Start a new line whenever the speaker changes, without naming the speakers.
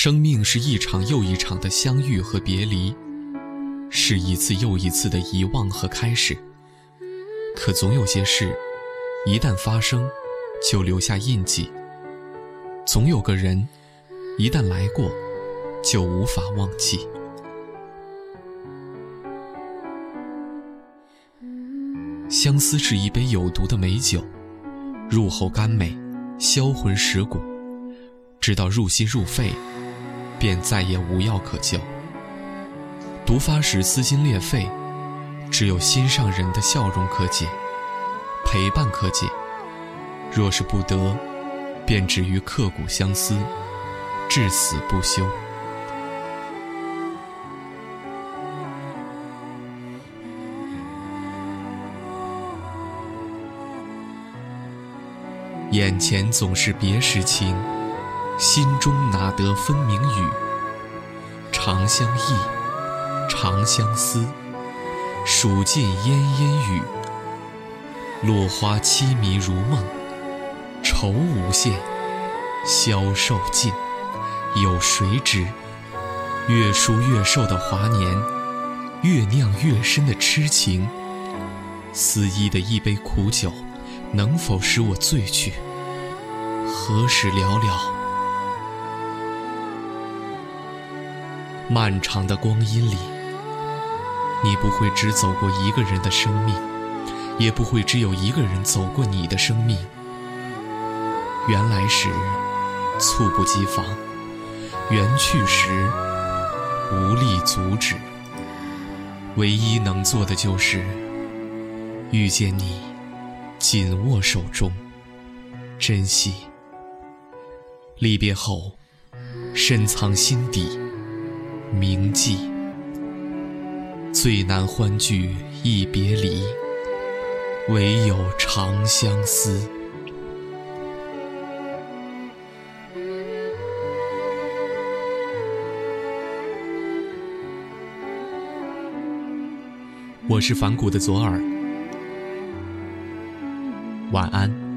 生命是一场又一场的相遇和别离，是一次又一次的遗忘和开始。可总有些事，一旦发生，就留下印记；总有个人，一旦来过，就无法忘记。相思是一杯有毒的美酒，入喉甘美，销魂蚀骨，直到入心入肺，便再也无药可救。毒发时撕心裂肺，只有心上人的笑容可解，陪伴可解。若是不得，便止于刻骨相思，至死不休。眼前总是别时情，心中哪得分明语。长相忆，长相思，数尽烟烟雨。落花凄迷如梦，愁无限，消瘦尽，有谁知？越疏越瘦的华年，越酿越深的痴情。肆意的一杯苦酒，能否使我醉去？何时了了？漫长的光阴里，你不会只走过一个人的生命，也不会只有一个人走过你的生命。缘来时，猝不及防；缘去时，无力阻止。唯一能做的就是，遇见你，紧握手中，珍惜。离别后，深藏心底，铭记。最难欢聚一别离，唯有长相思。我是反骨的左耳，晚安。